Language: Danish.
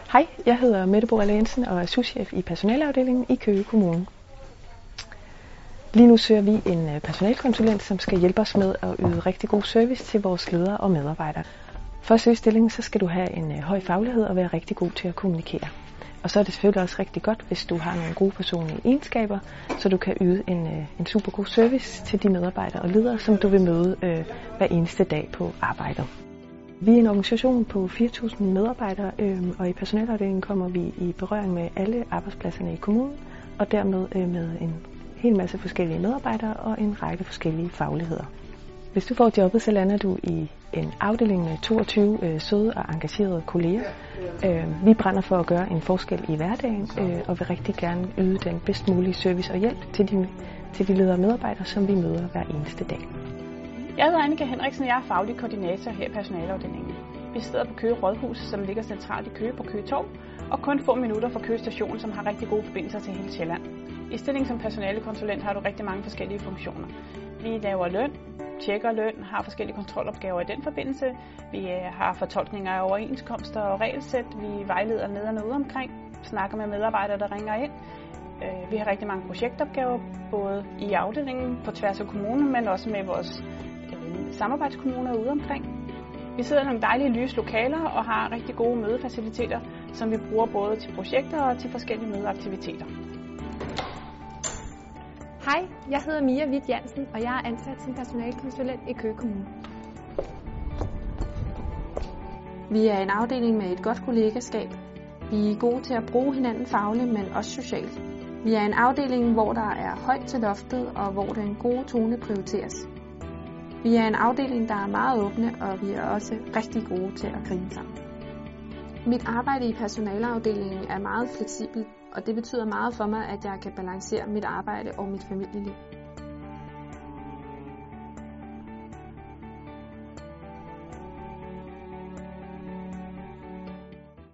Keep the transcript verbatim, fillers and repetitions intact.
Hej, jeg hedder Mette Borrell Jensen og er souschef i personaleafdelingen i Køge Kommune. Lige nu søger vi en personalkonsulent, som skal hjælpe os med at yde rigtig god service til vores ledere og medarbejdere. For at søge stillingen, så skal du have en høj faglighed og være rigtig god til at kommunikere. Og så er det selvfølgelig også rigtig godt, hvis du har nogle gode personlige egenskaber, så du kan yde en, en super god service til de medarbejdere og ledere, som du vil møde øh, hver eneste dag på arbejdet. Vi er en organisation på fire tusind medarbejdere, øh, og i personalafdelingen kommer vi i berøring med alle arbejdspladserne i kommunen, og dermed øh, med en hel masse forskellige medarbejdere og en række forskellige fagligheder. Hvis du får jobbet, så lander du i en afdeling med toogtyve øh, søde og engagerede kolleger. Øh, vi brænder for at gøre en forskel i hverdagen, øh, og vil rigtig gerne yde den bedst mulige service og hjælp til de, til de ledere og medarbejdere, som vi møder hver eneste dag. Jeg hedder Annika Henriksen, og jeg er faglig koordinator her i personaleafdelingen. Vi sidder på Køge Rådhus, som ligger centralt i Køge på Køge Torv, og kun få minutter fra Køge Station, som har rigtig gode forbindelser til hele Sjælland. I stillingen som personalekonsulent har du rigtig mange forskellige funktioner. Vi laver løn, tjekker løn, har forskellige kontrolopgaver i den forbindelse. Vi har fortolkninger af overenskomster og regelsæt. Vi vejleder ned og ned omkring, snakker med medarbejdere, der ringer ind. Vi har rigtig mange projektopgaver, både i afdelingen på tværs af kommunen, men også med vores samarbejdskommuner ude omkring. Vi sidder i nogle dejlige lyse lokaler og har rigtig gode mødefaciliteter, som vi bruger både til projekter og til forskellige mødeaktiviteter. Hej, jeg hedder Mia Witt Jansen, og jeg er ansat som personalekonsulent i Køge Kommune. Vi er en afdeling med et godt kollegaskab. Vi er gode til at bruge hinanden fagligt, men også socialt. Vi er en afdeling, hvor der er højt til loftet, og hvor den gode tone prioriteres. Vi er en afdeling, der er meget åbne, og vi er også rigtig gode til at grine sammen. Mit arbejde i personaleafdelingen er meget fleksibelt, og det betyder meget for mig, at jeg kan balancere mit arbejde og mit familieliv.